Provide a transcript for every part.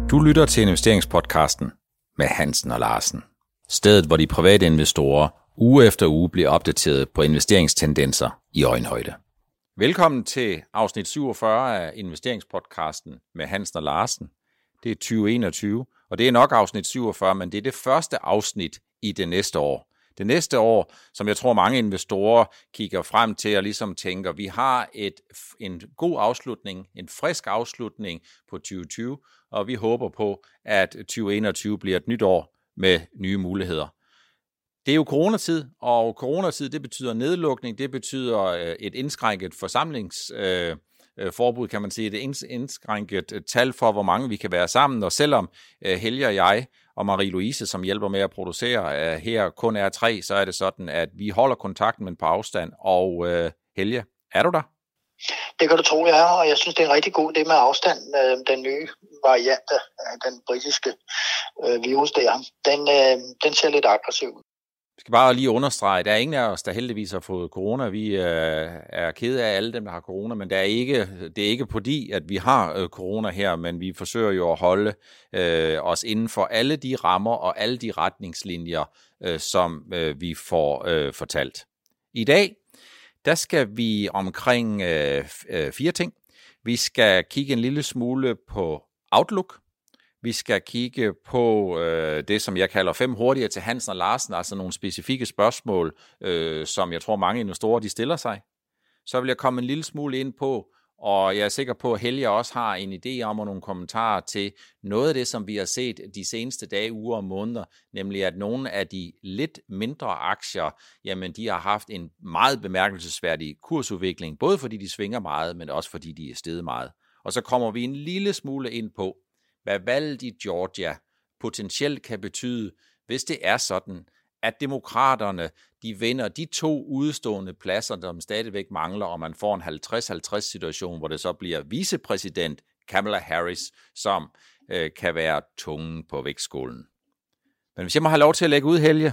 Du lytter til investeringspodcasten med Hansen og Larsen. Stedet, hvor de private investorer uge efter uge bliver opdateret på investeringstendenser i øjenhøjde. Velkommen til afsnit 47 af investeringspodcasten med Hansen og Larsen. Det er 2021, og det er nok afsnit 47, men det er det første afsnit i det næste år. Det næste år, som jeg tror mange investorer kigger frem til og ligesom tænker, vi har en god afslutning, en frisk afslutning på 2020, og vi håber på, at 2021 bliver et nyt år med nye muligheder. Det er jo coronatid, og coronatid det betyder nedlukning, det betyder et indskrænket forsamlingsforbud, kan man sige, et indskrænket tal for, hvor mange vi kan være sammen, og selvom Helge og jeg og Marie-Louise, som hjælper med at producere her, kun er 3, så er det sådan, at vi holder kontakten, men på afstand. Og Helge, er du der? Det kan du tro, jeg er, og jeg synes, det er en rigtig god idé med afstand. Den nye variant af den britiske virus der, den ser lidt aggressiv ud. Vi skal bare lige understrege, der er ingen af os, der heldigvis har fået corona. Vi er kede af alle dem, der har corona, men det er ikke fordi, at vi har corona her, men vi forsøger jo at holde os inden for alle de rammer og alle de retningslinjer, som vi får fortalt. I dag, der skal vi omkring 4 ting. Vi skal kigge en lille smule på Outlook. Vi skal kigge på det, som jeg kalder 5 hurtigere til Hansen og Larsen, altså nogle specifikke spørgsmål, som jeg tror mange investorer de stiller sig. Så vil jeg komme en lille smule ind på, og jeg er sikker på, at Helge også har en idé om og nogle kommentarer til noget af det, som vi har set de seneste dage, uger og måneder, nemlig at nogle af de lidt mindre aktier, jamen de har haft en meget bemærkelsesværdig kursudvikling, både fordi de svinger meget, men også fordi de er steget meget. Og så kommer vi en lille smule ind på, hvad valget i Georgia potentielt kan betyde, hvis det er sådan, at demokraterne de vinder de 2 udstående pladser, der stadigvæk mangler, og man får en 50-50 situation, hvor det så bliver vicepræsident Kamala Harris, som kan være tungen på vægtskålen. Men hvis jeg må have lov til at lægge ud, Helge.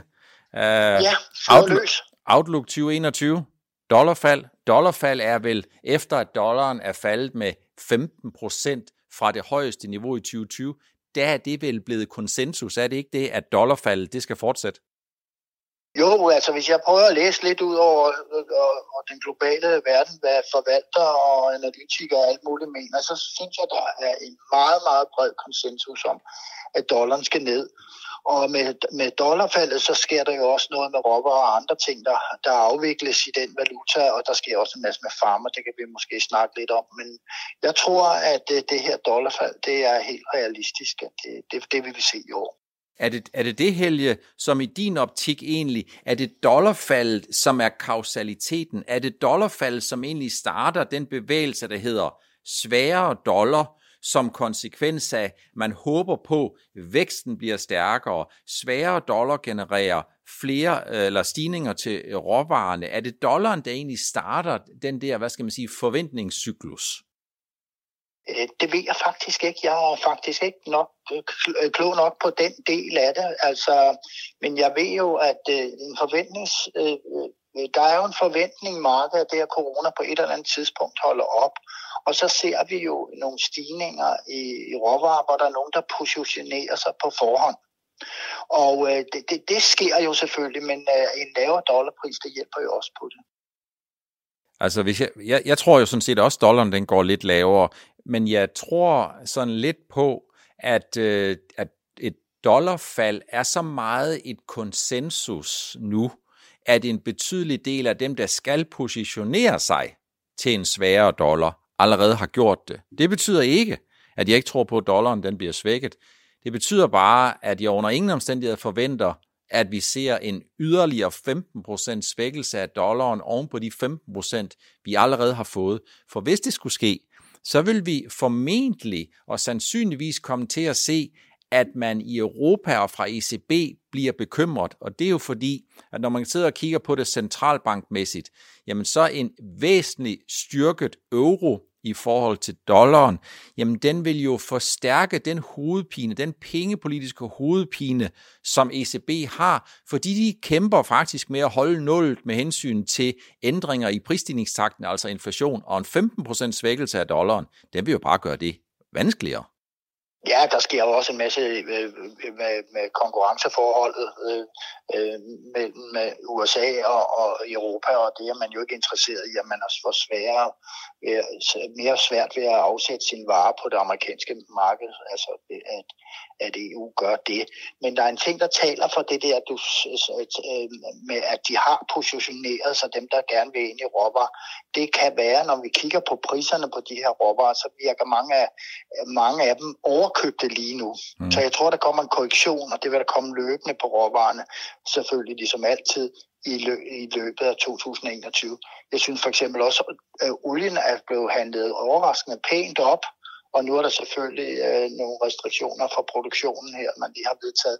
Outlook 2021, dollarfald er vel efter, at dollaren er faldet med 15% fra det højeste niveau i 2020, der er det vel blevet konsensus, er det ikke det, at dollarfaldet det skal fortsætte? Jo, altså hvis jeg prøver at læse lidt ud over den globale verden, hvad forvalter og analytikere og alt muligt mener, så synes jeg, der er en meget, meget bred konsensus om, at dollaren skal ned. Og med dollarfaldet, så sker der jo også noget med råvarer og andre ting, der afvikles i den valuta, og der sker også en masse med farmer, det kan vi måske snakke lidt om. Men jeg tror, at det her dollarfald, det er helt realistisk, at det vil vi se i år. Er det, Helge, som i din optik egentlig, er det dollarfaldet, som er kausaliteten? Er det dollarfaldet, som egentlig starter den bevægelse, der hedder sværere dollar, som konsekvens af, man håber på, væksten bliver stærkere, sværere dollar genererer flere eller stigninger til råvarerne? Er det dollaren, der egentlig starter den der, forventningscyklus? Det ved jeg faktisk ikke. Jeg er faktisk ikke klog nok på den del af det. Altså, men jeg ved jo, at der er jo en forventning i markedet, at det her corona på et eller andet tidspunkt holder op. Og så ser vi jo nogle stigninger i råvarer, hvor der er nogen, der positionerer sig på forhånd. Og det sker jo selvfølgelig, men en lavere dollarpris, det hjælper jo også på det. Altså, hvis jeg tror jo sådan set også, at dollaren den går lidt lavere, men jeg tror sådan lidt på, at et dollarfald er så meget et konsensus nu, at en betydelig del af dem, der skal positionere sig til en sværere dollar, allerede har gjort det. Det betyder ikke, at jeg ikke tror på, at dollaren den bliver svækket. Det betyder bare, at jeg under ingen omstændighed forventer, at vi ser en yderligere 15% svækkelse af dollaren oven på de 15%, vi allerede har fået. For hvis det skulle ske, så vil vi formentlig og sandsynligvis komme til at se, at man i Europa og fra ECB bliver bekymret. Og det er jo fordi, at når man sidder og kigger på det centralbankmæssigt, jamen så en væsentlig styrket euro i forhold til dollaren, jamen den vil jo forstærke den hovedpine, den pengepolitiske hovedpine, som ECB har, fordi de kæmper faktisk med at holde nullet med hensyn til ændringer i prisstigningstakten, altså inflation, og en 15% svækkelse af dollaren, den vil jo bare gøre det vanskeligere. Ja, der sker også en masse med konkurrenceforholdet mellem USA og Europa, og det er man jo ikke interesseret i, at man får mere svært ved at afsætte sine varer på det amerikanske marked, altså at EU gør det. Men der er en ting, der taler for det der, med at de har positioneret sig, dem der gerne vil ind i råvarer. Det kan være, når vi kigger på priserne på de her råvarer, så virker mange af dem overkøbte lige nu. Så jeg tror, der kommer en korrektion, og det vil der komme løbende på råvarerne, selvfølgelig ligesom altid i løbet af 2021. Jeg synes for eksempel også, at olien er blevet handlet overraskende pænt op, og nu er der selvfølgelig nogle restriktioner for produktionen her, man lige har vedtaget.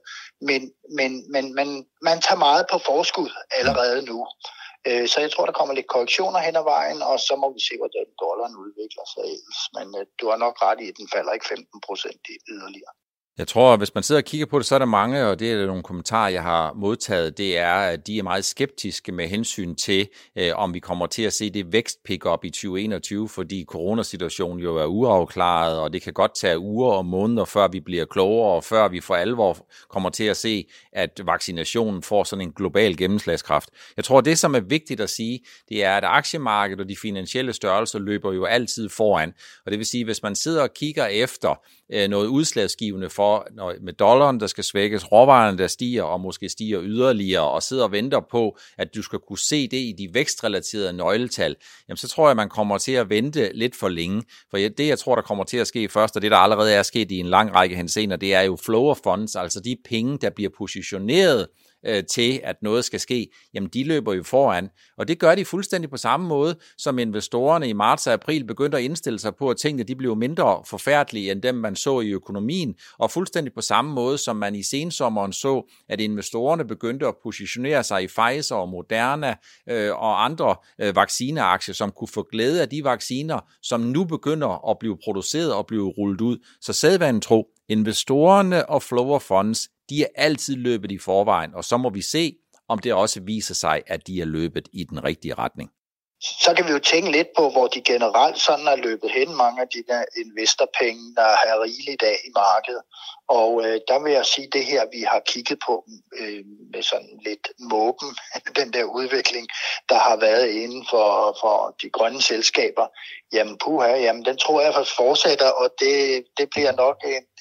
Men man tager meget på forskud allerede nu. Så jeg tror, der kommer lidt korrektioner hen ad vejen, og så må vi se, hvordan dollaren udvikler sig ellers. Men du har nok ret i, at den falder ikke 15% yderligere. Jeg tror, hvis man sidder og kigger på det, så er der mange, og det er nogle kommentarer, jeg har modtaget, det er, at de er meget skeptiske med hensyn til, om vi kommer til at se det vækst-pick-up i 2021, fordi coronasituationen jo er uafklaret, og det kan godt tage uger og måneder, før vi bliver klogere, og før vi for alvor kommer til at se, at vaccinationen får sådan en global gennemslagskraft. Jeg tror, det, som er vigtigt at sige, det er, at aktiemarkedet og de finansielle størrelser løber jo altid foran, og det vil sige, hvis man sidder og kigger efter noget udslagsgivende for, med dollaren, der skal svækkes, råvarerne, der stiger og måske stiger yderligere, og sidder og venter på, at du skal kunne se det i de vækstrelaterede nøgletal, jamen så tror jeg, man kommer til at vente lidt for længe. For det, jeg tror, der kommer til at ske først, og det, der allerede er sket i en lang række henseender, det er jo flow of funds, altså de penge, der bliver positioneret til, at noget skal ske, jamen de løber jo foran. Og det gør de fuldstændig på samme måde, som investorerne i marts og april begyndte at indstille sig på, at tingene de blev mindre forfærdelige, end dem man så i økonomien, og fuldstændig på samme måde, som man i sensommeren så, at investorerne begyndte at positionere sig i Pfizer og Moderna og andre vaccineaktier, som kunne få glæde af de vacciner, som nu begynder at blive produceret og blive rullet ud. Så sædvanen tro, investorerne og flow of funds, de er altid løbet i forvejen, og så må vi se, om det også viser sig, at de er løbet i den rigtige retning. Så kan vi jo tænke lidt på, hvor de generelt sådan er løbet hen, mange af de der investorpenge, der er rigeligt af i markedet. Og der vil jeg sige, det her, vi har kigget på med sådan lidt måben, den der udvikling, der har været inden for de grønne selskaber, jamen den tror jeg fortsætter, og det bliver nok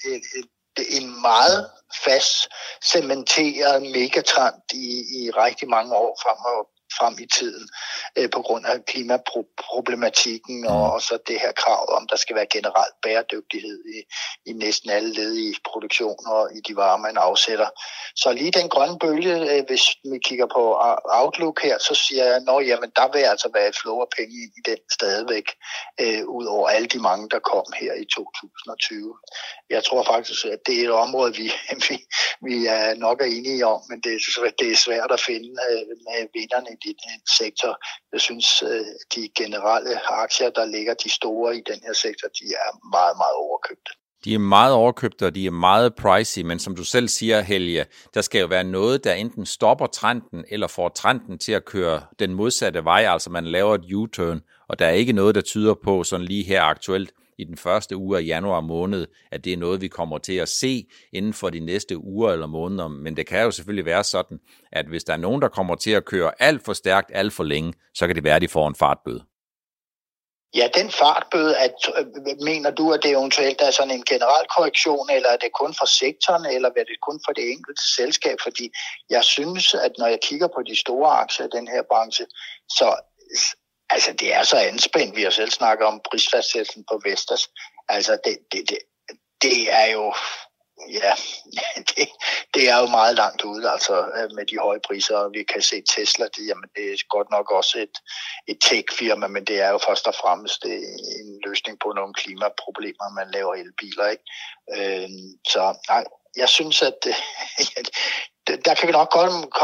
en meget fast cementeret megatrend i rigtig mange år frem i tiden på grund af klimaproblematikken og så det her krav om, der skal være generelt bæredygtighed i næsten alle led i produktion og i de varer, man afsætter. Så lige den grønne bølge, hvis vi kigger på Outlook her, så siger jeg, jamen der vil altså være et flow af penge i den stadigvæk, ud over alle de mange, der kom her i 2020. Jeg tror faktisk, at det er et område, vi er nok enige om, men det er svært at finde med vinderne i den sektor. Jeg synes, de generelle aktier, der ligger de store i den her sektor, de er meget, meget overkøbte. De er meget overkøbte, og de er meget pricey, men som du selv siger, Helge, der skal jo være noget, der enten stopper trenden, eller får trenden til at køre den modsatte vej, altså man laver et U-turn, og der er ikke noget, der tyder på, sådan lige her aktuelt, i den første uge af januar måned, at det er noget, vi kommer til at se inden for de næste uger eller måneder. Men det kan jo selvfølgelig være sådan, at hvis der er nogen, der kommer til at køre alt for stærkt, alt for længe, så kan det være, at de får en fartbøde. Ja, den fartbøde, mener du, at det eventuelt er sådan en generel korrektion, eller er det kun for sektoren, eller er det kun for det enkelte selskab? Fordi jeg synes, at når jeg kigger på de store aktier i den her branche, så altså, det er så anspændt. Vi har selv snakket om prisfastsættelsen på Vestas. Altså, det er jo... Ja, det er jo meget langt ude, altså med de høje priser, og vi kan se Tesla, det er godt nok også et tech-firma, men det er jo først og fremmest en løsning på nogle klimaproblemer, man laver elbiler, ikke? Så nej, jeg synes, at der kan nok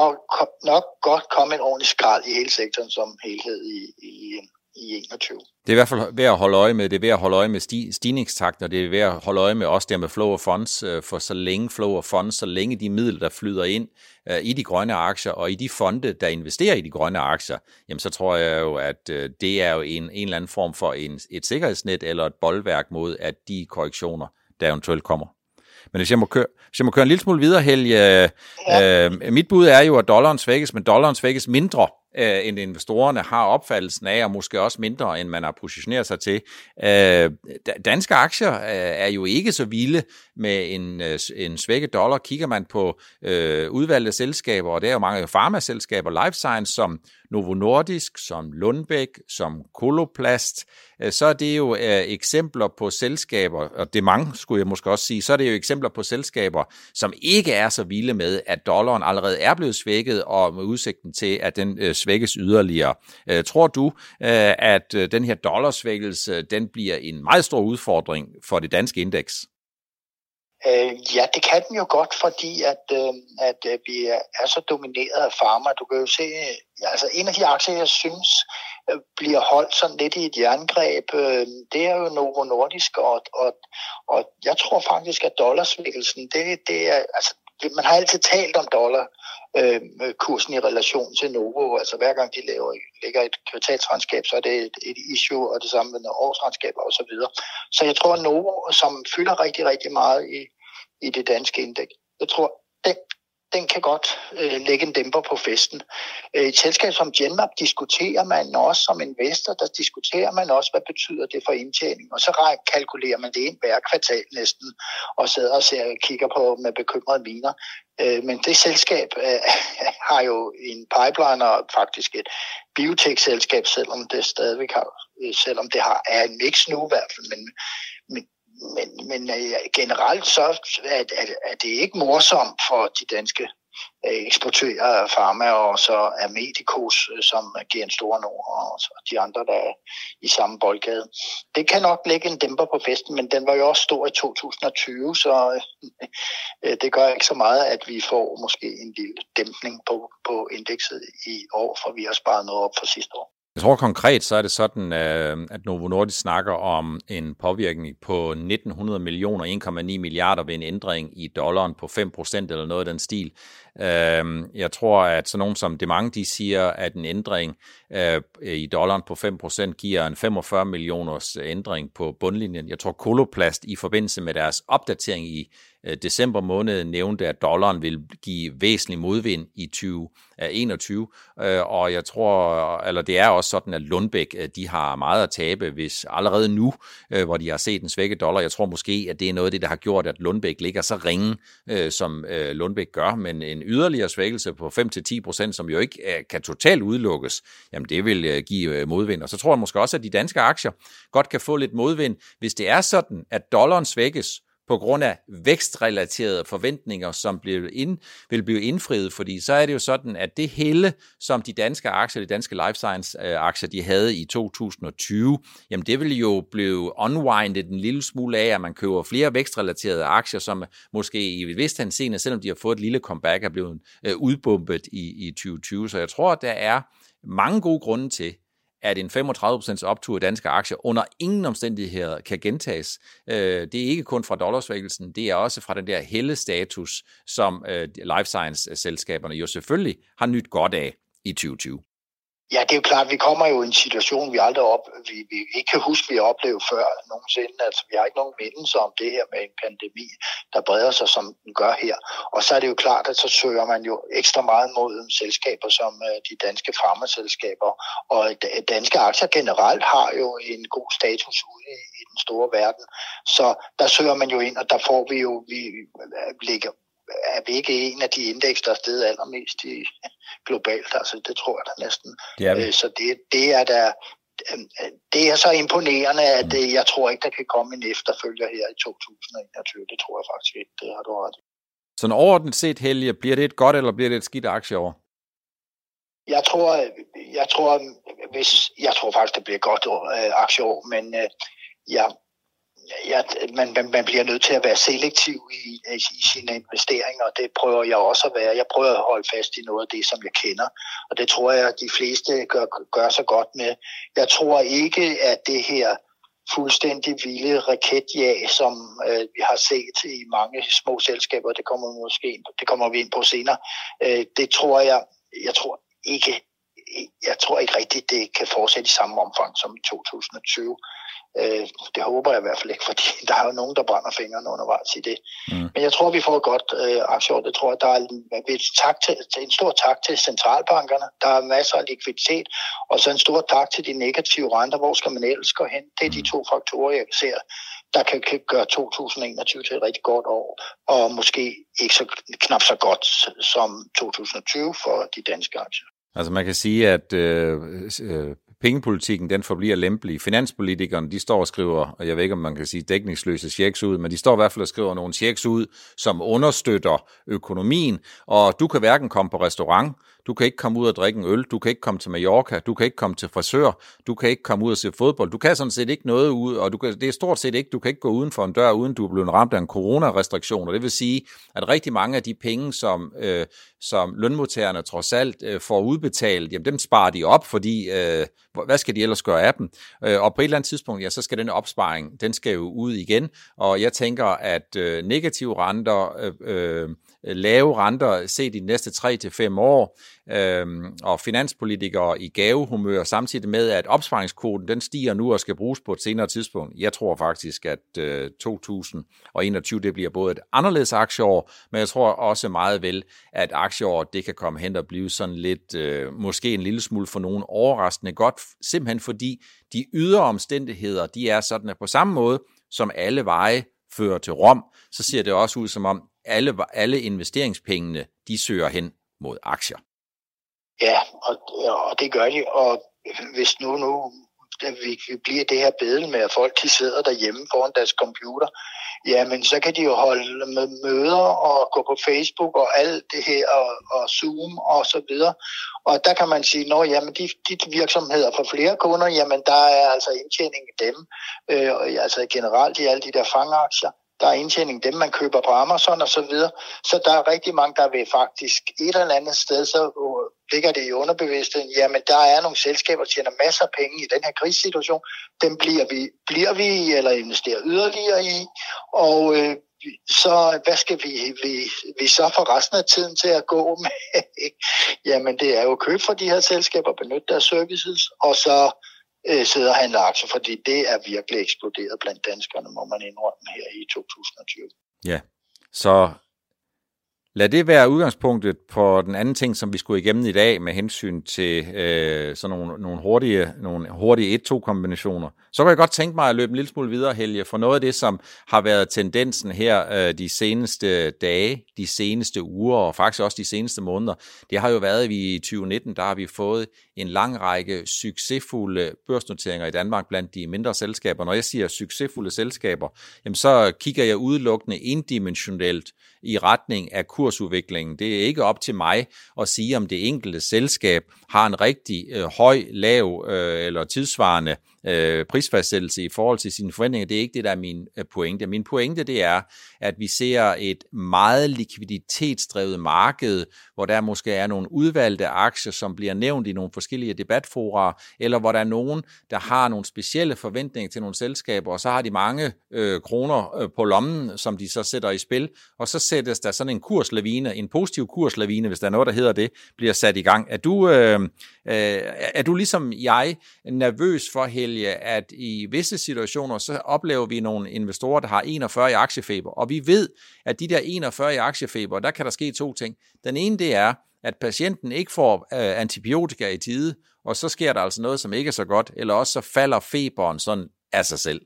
godt komme en ordentlig skrald i hele sektoren som helhed i 21. Det er i hvert fald ved at holde øje med, det er ved at holde øje med stigningstakten, og det er ved at holde øje med også der med flow of funds, for så længe flow of funds, så længe de midler, der flyder ind i de grønne aktier, og i de fonde, der investerer i de grønne aktier, jamen så tror jeg jo, at det er jo en eller anden form for et sikkerhedsnet, eller et bolværk mod, at de korrektioner, der eventuelt kommer. Men hvis jeg må køre en lille smule videre, Helge, mit bud er jo, at dollaren svækkes, men dollaren svækkes mindre, end investorerne har opfattelsen af, og måske også mindre, end man har positioneret sig til. Danske aktier er jo ikke så vilde med en svækket dollar. Kigger man på udvalgte selskaber, og der er jo mange farmaselskaber, life science, som Novo Nordisk, som Lundbeck, som Coloplast, så er det jo eksempler på selskaber, og det mange skulle jeg måske også sige, så er det jo eksempler på selskaber, som ikke er så vilde med, at dollaren allerede er blevet svækket, og med udsigten til, at den svækkes yderligere. Tror du, at den her dollarsvækkelse, den bliver en meget stor udfordring for det danske indeks? Ja, det kan den jo godt, fordi at vi er så domineret af farma. Du kan jo se, altså en af de aktier, jeg synes bliver holdt sådan lidt i et jerngreb, det er jo Novo Nordisk, og jeg tror faktisk, at dollarsvækkelsen, det er, altså man har altid talt om dollarkursen i relation til Novo, altså hver gang de lægger et kvartalsregnskab, så er det et issue, og det samme med årsregnskaber og så videre. Så jeg tror, at Novo, som fylder rigtig, rigtig meget i det danske indeks, jeg tror, den kan godt lægge en dæmper på festen. Et selskab som Genmab diskuterer man også som investor, der diskuterer man også, hvad betyder det for indtjening, og så kalkulerer man det ind hver kvartal næsten, og sidder og kigger på med bekymrede miner. Men det selskab har jo en pipeline og faktisk et biotech-selskab, selvom det stadigvæk har, er en mix nu i hvert fald, men generelt så er det ikke morsomt for de danske eksportører af farma, og så er Medicos, som giver en stor nummer, og de andre, der er i samme boldgade. Det kan nok lægge en dæmper på festen, men den var jo også stor i 2020, så det gør ikke så meget, at vi får måske en lille dæmpning på indekset i år, for vi har sparet noget op for sidste år. Jeg tror konkret, så er det sådan, at Novo Nordisk snakker om en påvirkning på 1.900 millioner, 1,9 milliarder ved en ændring i dollaren på 5% eller noget af den stil. Jeg tror, at sådan nogen som Demang, de siger, at en ændring i dollaren på 5% giver en 45 millioners ændring på bundlinjen. Jeg tror, Coloplast i forbindelse med deres opdatering i december måned nævnte, at dollaren vil give væsentlig modvind i 2021, og jeg tror, eller det er også sådan, at Lundbeck, de har meget at tabe, hvis allerede nu, hvor de har set en svækket dollar, jeg tror måske, at det er noget af det, der har gjort, at Lundbeck ligger så ringe, som Lundbeck gør, men en yderligere svækkelse på 5-10%, som jo ikke kan totalt udelukkes, jamen det vil give modvind, og så tror jeg måske også, at de danske aktier godt kan få lidt modvind, hvis det er sådan, at dollaren svækkes, på grund af vækstrelaterede forventninger, som vil blive indfriet, fordi så er det jo sådan, at det helle, som de danske aktier, de danske life science aktier, de havde i 2020, jamen det vil jo blive unwindet en lille smule af, at man køber flere vækstrelaterede aktier, som måske i et vist henseende, selvom de har fået et lille comeback, er blevet udbumpet i 2020. Så jeg tror, at der er mange gode grunde til, at en 35% optur i danske aktier under ingen omstændigheder kan gentages. Det er ikke kun fra dollarsvækkelsen, det er også fra den der hellestatus, som life science-selskaberne jo selvfølgelig har nyt godt af i 2020. Ja, det er jo klart, vi kommer jo i en situation, vi aldrig vi ikke kan huske, vi har oplevet før nogensinde. Altså, vi har ikke nogen mindelse om det her med en pandemi, der breder sig, som den gør her. Og så er det jo klart, at så søger man jo ekstra meget mod selskaber som de danske farmaselskaber. Og danske aktier generelt har jo en god status ude i den store verden. Så der søger man jo ind, og der får vi jo, er vi ikke en af de indeks, der er steget allermest globalt. Altså, det tror jeg da næsten. Så det er så imponerende, at jeg tror ikke, der kan komme en efterfølger her i 2021. Det tror jeg faktisk ikke. Det har du ret i. Sådan overordnet set, Helge, bliver det et godt eller bliver det et skidt aktieår? Jeg tror faktisk, det bliver et godt aktieår, men man bliver nødt til at være selektiv i sine investeringer, og det prøver jeg også at være. Jeg prøver at holde fast i noget af det, som jeg kender, og det tror jeg, at de fleste gør så godt med. Jeg tror ikke, at det her fuldstændig vilde raketjag, som vi har set i mange små selskaber, det kommer vi ind på senere, det tror jeg tror ikke jeg tror ikke rigtigt, det kan fortsætte i samme omfang som i 2020. Det håber jeg i hvert fald ikke, fordi der er jo nogen, der brænder fingrene undervejs i det. Men jeg tror, vi får et godt aktieår. Det tror jeg, der er en stor tak til centralbankerne. Der er masser af likviditet, og så en stor tak til de negative renter. Hvor skal man ellers gå hen? Det er de to faktorer, jeg ser, der kan gøre 2021 til et rigtig godt år, og måske ikke så knap så godt som 2020 for de danske aktier. Altså man kan sige, at pengepolitikken den forbliver lempelig. Finanspolitikerne, de står og skriver, og jeg ved ikke, om man kan sige dækningsløse checks ud, men de står i hvert fald og skriver nogle checks ud, som understøtter økonomien, og du kan hverken komme på restaurant, du kan ikke komme ud og drikke en øl, du kan ikke komme til Mallorca, du kan ikke komme til frisør, du kan ikke komme ud og se fodbold, du kan sådan set ikke noget ud, og det er stort set ikke, du kan ikke gå uden for en dør, uden du er blevet ramt af en coronarestriktion, og det vil sige, at rigtig mange af de penge, som lønmodtagerne trods alt får udbetalt, jamen dem sparer de op, fordi hvad skal de ellers gøre af dem? Og på et eller andet tidspunkt, ja, så skal den opsparing, den skal jo ud igen, og jeg tænker, at negative renter, lave renter set i de næste 3 til 5 år, og finanspolitikere i gavehumør, samtidig med, at opsparingskvoten den stiger nu og skal bruges på et senere tidspunkt. Jeg tror faktisk, at 2021 det bliver både et anderledes aktieår, men jeg tror også meget vel, at aktieåret det kan komme hen og blive sådan lidt, måske en lille smule for nogen overraskende godt, simpelthen fordi de ydre omstændigheder, de er sådan, at på samme måde, som alle veje fører til Rom, så ser det også ud som om, alle investeringspengene, de søger hen mod aktier. Ja, og det gør de, og hvis nu vi bliver det her billede med, at folk de sidder derhjemme foran deres computer, jamen så kan de jo holde med møder og gå på Facebook og alt det her og Zoom og så videre. Og der kan man sige, at jamen de virksomheder for flere kunder, jamen der er altså indtjening i dem, altså generelt i alle de der fangaktier. Der er indtjening dem, man køber på Amazon og så videre. Så der er rigtig mange, der vil faktisk et eller andet sted, så ligger det i underbevidstheden. Jamen, der er nogle selskaber, der tjener masser af penge i den her krisesituation. Dem bliver vi i, eller investerer yderligere i. Og så hvad skal vi så for resten af tiden til at gå med? Jamen, det er jo køb for de her selskaber, benytte deres services, og så sidder og handler aktier, fordi det er virkelig eksploderet blandt danskerne, må man indrømme her i 2020. Ja, så lad det være udgangspunktet på den anden ting, som vi skulle igennem i dag med hensyn til sådan nogle hurtige 1-2-kombinationer. Så kan jeg godt tænke mig at løbe en lille smule videre, Helge, for noget af det, som har været tendensen her de seneste dage, de seneste uger og faktisk også de seneste måneder, det har jo været, at vi i 2019, der har vi fået en lang række succesfulde børsnoteringer i Danmark blandt de mindre selskaber. Når jeg siger succesfulde selskaber, jamen så kigger jeg udelukkende indimensionelt i retning af kursudviklingen. Det er ikke op til mig at sige, om det enkelte selskab har en rigtig høj, lav eller tidsvarende prisfastsættelse i forhold til sine forventninger. Det er ikke det, der er min pointe. Min pointe, det er, at vi ser et meget likviditetsdrevet marked, hvor der måske er nogle udvalgte aktier, som bliver nævnt i nogle forskellige debatfora, eller hvor der er nogen, der har nogle specielle forventninger til nogle selskaber, og så har de mange kroner på lommen, som de så sætter i spil, og så sættes der sådan en kurslavine, en positiv kurslavine, hvis der er noget, der hedder det, bliver sat i gang. Er du ligesom jeg nervøs for, Helge, at i visse situationer, så oplever vi nogle investorer, der har 41 i aktiefeber, og vi ved, at de der 41 i aktiefeber, der kan der ske 2 ting. Den ene, det er, at patienten ikke får antibiotika i tide, og så sker der altså noget, som ikke er så godt, eller også så falder feberen sådan af sig selv.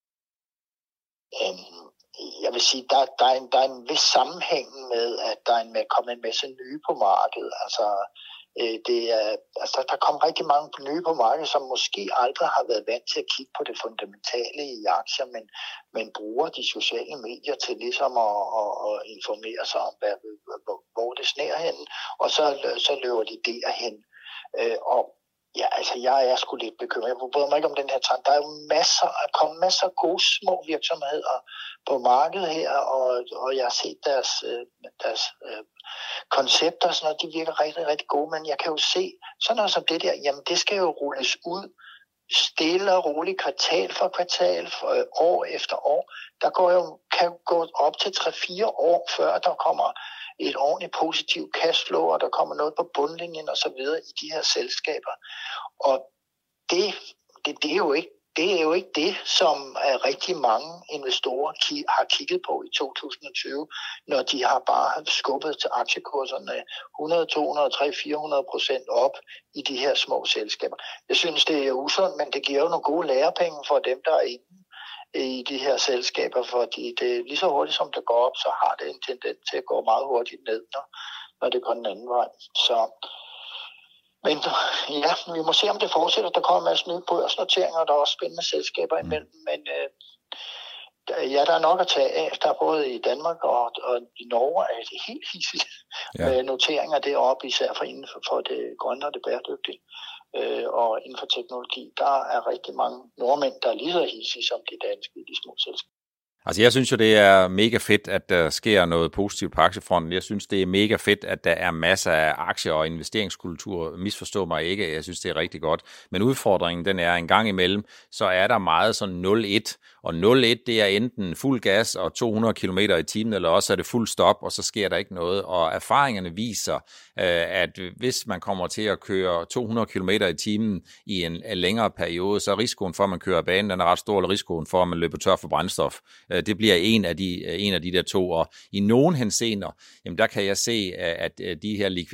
Jeg vil sige, der er en vis sammenhæng med, at der er kommet en masse nye på markedet. Der kommer rigtig mange nye på markedet, som måske aldrig har været vant til at kigge på det fundamentale i aktier, men bruger de sociale medier til ligesom at informere sig om, hvor det sner henne, og så løber de derhen. Og ja, altså jeg er sgu lidt bekymret. Jeg bryder mig ikke om den her trend. Der er jo masser af gode små virksomheder på markedet her, og jeg har set deres koncepter og sådan noget, de virker rigtig, rigtig gode, men jeg kan jo se, sådan noget som det der, jamen det skal jo rulles ud stille og roligt kvartal for kvartal, for år efter år. Der kan gå op til 3-4 år, før der kommer et ordentligt positivt cashflow, og der kommer noget på bundlinjen og så videre i de her selskaber. Og det er jo ikke det, som rigtig mange investorer har kigget på i 2020, når de har bare skubbet til aktiekurserne 100, 200, 300, 400% op i de her små selskaber. Jeg synes, det er usundt, men det giver jo nogle gode lærepenge for dem, der er inde i de her selskaber, fordi det er lige så hurtigt, som det går op, så har det en tendens til at gå meget hurtigt ned, når det går den anden vej. Men ja, vi må se, om det fortsætter. Der kommer en masse nye børsnoteringer, og der er også spændende selskaber imellem. Men ja, der er nok at tage af. Der er både i Danmark og i Norge er det helt hissigt med noteringer deroppe, især for det grønne og det bæredygtige. Og inden for teknologi, der er rigtig mange nordmænd, der er lige så hissige som de danske i de små selskaber. Altså jeg synes jo, det er mega fedt, at der sker noget positivt på aktiefronten. Jeg synes, det er mega fedt, at der er masser af aktier og investeringskultur. Misforstå mig ikke, jeg synes, det er rigtig godt. Men udfordringen, den er en gang imellem, så er der meget sådan 0-1. Og 0-1, det er enten fuld gas og 200 km i timen, eller også er det fuld stop, og så sker der ikke noget. Og erfaringerne viser, at hvis man kommer til at køre 200 km i timen i en længere periode, så er risikoen for, at man kører af banen, den er ret stor, eller risikoen for, at man løber tør for brændstof. Det bliver en af de der to, og i nogen henseender, jamen der kan jeg se, at den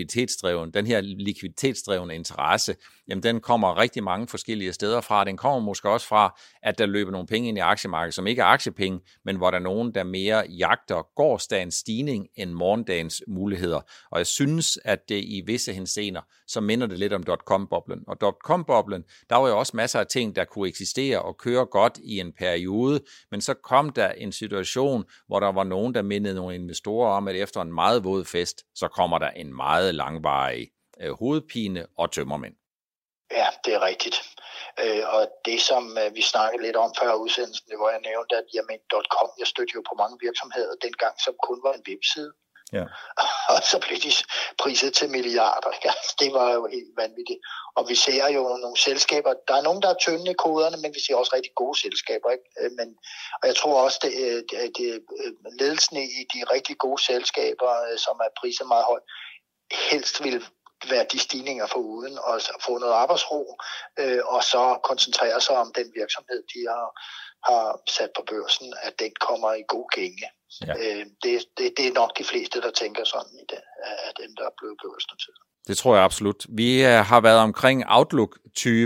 her likviditetsdrevne interesse, jamen den kommer rigtig mange forskellige steder fra. Den kommer måske også fra, at der løber nogle penge ind i aktiemarkedet, som ikke er aktiepenge, men hvor der er nogen, der mere jagter gårsdagens stigning end morgendagens muligheder. Og jeg synes, at det i visse henseender, så minder det lidt om dot-com-boblen. Og dot-com-boblen, der var jo også masser af ting, der kunne eksistere og køre godt i en periode, men så kom der en situation, hvor der var nogen, der mindede nogle investorer om, at efter en meget våd fest, så kommer der en meget langvarig hovedpine og tømmermænd. Ja, det er rigtigt. Og det, som vi snakkede lidt om før udsendelsen, det var jeg nævnte, at .com, jeg stødte jo på mange virksomheder dengang, som kun var en webside. Ja. Og så blev de priset til milliarder. Ja, det var jo helt vanvittigt. Og vi ser jo nogle selskaber, der er nogen, der er tynde i koderne, men vi ser også rigtig gode selskaber. Ikke? Og jeg tror også, at ledelsen i de rigtig gode selskaber, som er priset meget højt, helst vil være de stigninger for uden og få noget arbejdsro, og så koncentrere sig om den virksomhed, de har sat på børsen, at den kommer i god gænge. Ja. Det er nok de fleste, der tænker sådan i det, af dem, der er blevet børsnoteret. Det tror jeg absolut. Vi har været omkring Outlook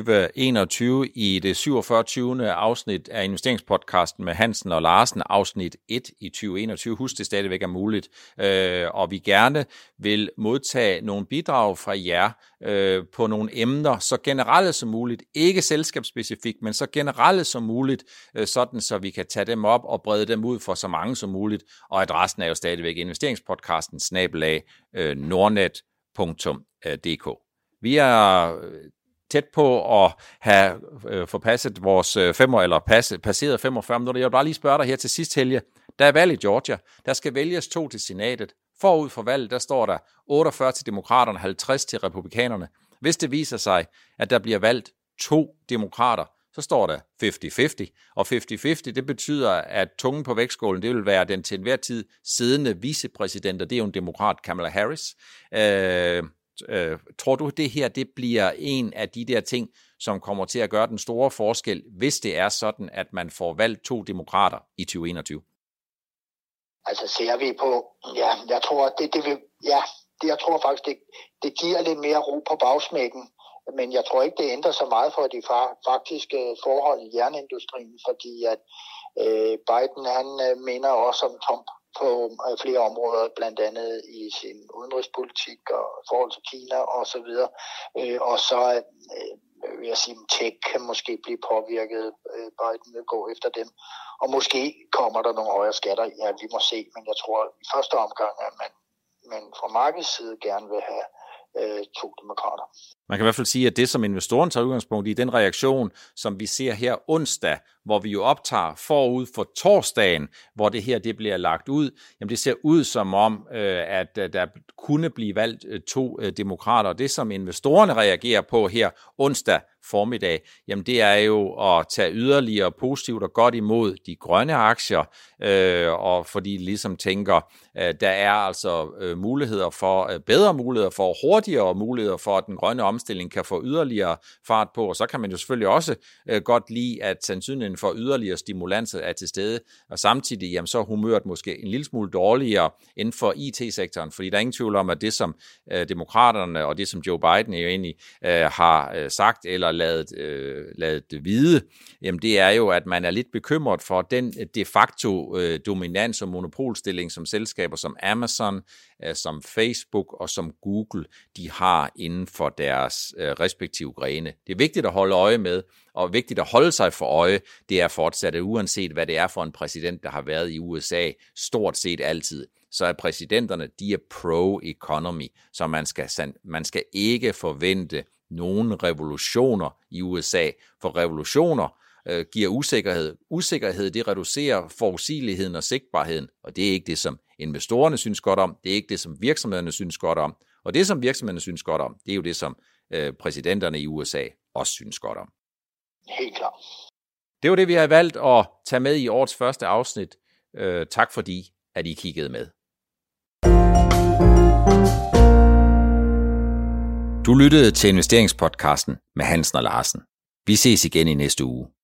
2021 i det 47. afsnit af investeringspodcasten med Hansen og Larsen, afsnit 1 i 2021. Husk, det stadigvæk er muligt. Og vi gerne vil modtage nogle bidrag fra jer på nogle emner, så generelle som muligt, ikke selskabsspecifikt, men så generelle som muligt, sådan så vi kan tage dem op og brede dem ud for så mange som muligt. Og adressen er jo stadigvæk investeringspodcasten @nordnet.dk. Vi er tæt på at have forpasset vores passeret 45 minutter. Jeg vil bare lige spørge dig her til sidst, Helge. Der er valg i Georgia. Der skal vælges 2 til senatet. Forud for valget, der står der 48 til demokraterne, 50 til republikanerne. Hvis det viser sig, at der bliver valgt 2 demokrater, så står der 50-50. Og 50-50, det betyder, at tungen på vægtskålen, det vil være den til enhver tid siddende vicepræsident, og det er jo en demokrat, Kamala Harris. Tror du, det her det bliver en af de der ting, som kommer til at gøre den store forskel, hvis det er sådan, at man får valgt 2 demokrater i 2021? Altså ser vi på, ja, jeg tror, jeg tror faktisk, det giver lidt mere ro på bagsmækken. Men jeg tror ikke, det ændrer så meget for de faktiske forhold i jernindustrien, fordi at Biden, han minder også om Trump på flere områder, blandt andet i sin udenrigspolitik og forhold til Kina og så videre. Og så vil jeg sige, tech kan måske blive påvirket. Biden vil gå efter dem. Og måske kommer der nogle højere skatter. Ja, vi må se, men jeg tror i første omgang, at man fra markedets side gerne vil have 2 demokrater. Man kan i hvert fald sige, at det, som investoren tager udgangspunkt i, den reaktion, som vi ser her onsdag, hvor vi jo optager forud for torsdagen, hvor det her det bliver lagt ud, jamen det ser ud som om, at der kunne blive valgt 2 demokrater. Det, som investorerne reagerer på her onsdag formiddag, jamen det er jo at tage yderligere positivt og godt imod de grønne aktier, og fordi de ligesom tænker, der er altså muligheder for, bedre muligheder for, hurtigere muligheder for, at den grønne omstilling kan få yderligere fart på, og så kan man jo selvfølgelig også godt lide, at sandsynligheden for yderligere stimulanser er til stede, og samtidig jamen, så er humøret måske en lille smule dårligere inden for IT-sektoren, fordi der er ingen tvivl om, at det som demokraterne og det som Joe Biden jo egentlig har sagt eller ladet vide, jamen det er jo, at man er lidt bekymret for den de facto dominans og monopolstilling, som selskaber som Amazon, som Facebook og som Google, de har inden for deres respektive grene. Det er vigtigt at holde øje med, og vigtigt at holde sig for øje, det er fortsat, at uanset hvad det er for en præsident, der har været i USA, stort set altid, så er præsidenterne, de er pro-economy, så man skal ikke forvente nogen revolutioner i USA, for revolutioner giver usikkerhed. Usikkerhed, det reducerer forudsigeligheden og sigtbarheden, og det er ikke det, som investorerne synes godt om, det er ikke det, som virksomhederne synes godt om, og det, som virksomhederne synes godt om, det er jo det, som præsidenterne i USA også synes godt om. Helt klart. Det var det, vi har valgt at tage med i årets første afsnit. Tak fordi, at I kiggede med. Du lyttede til investeringspodcasten med Hansen og Larsen. Vi ses igen i næste uge.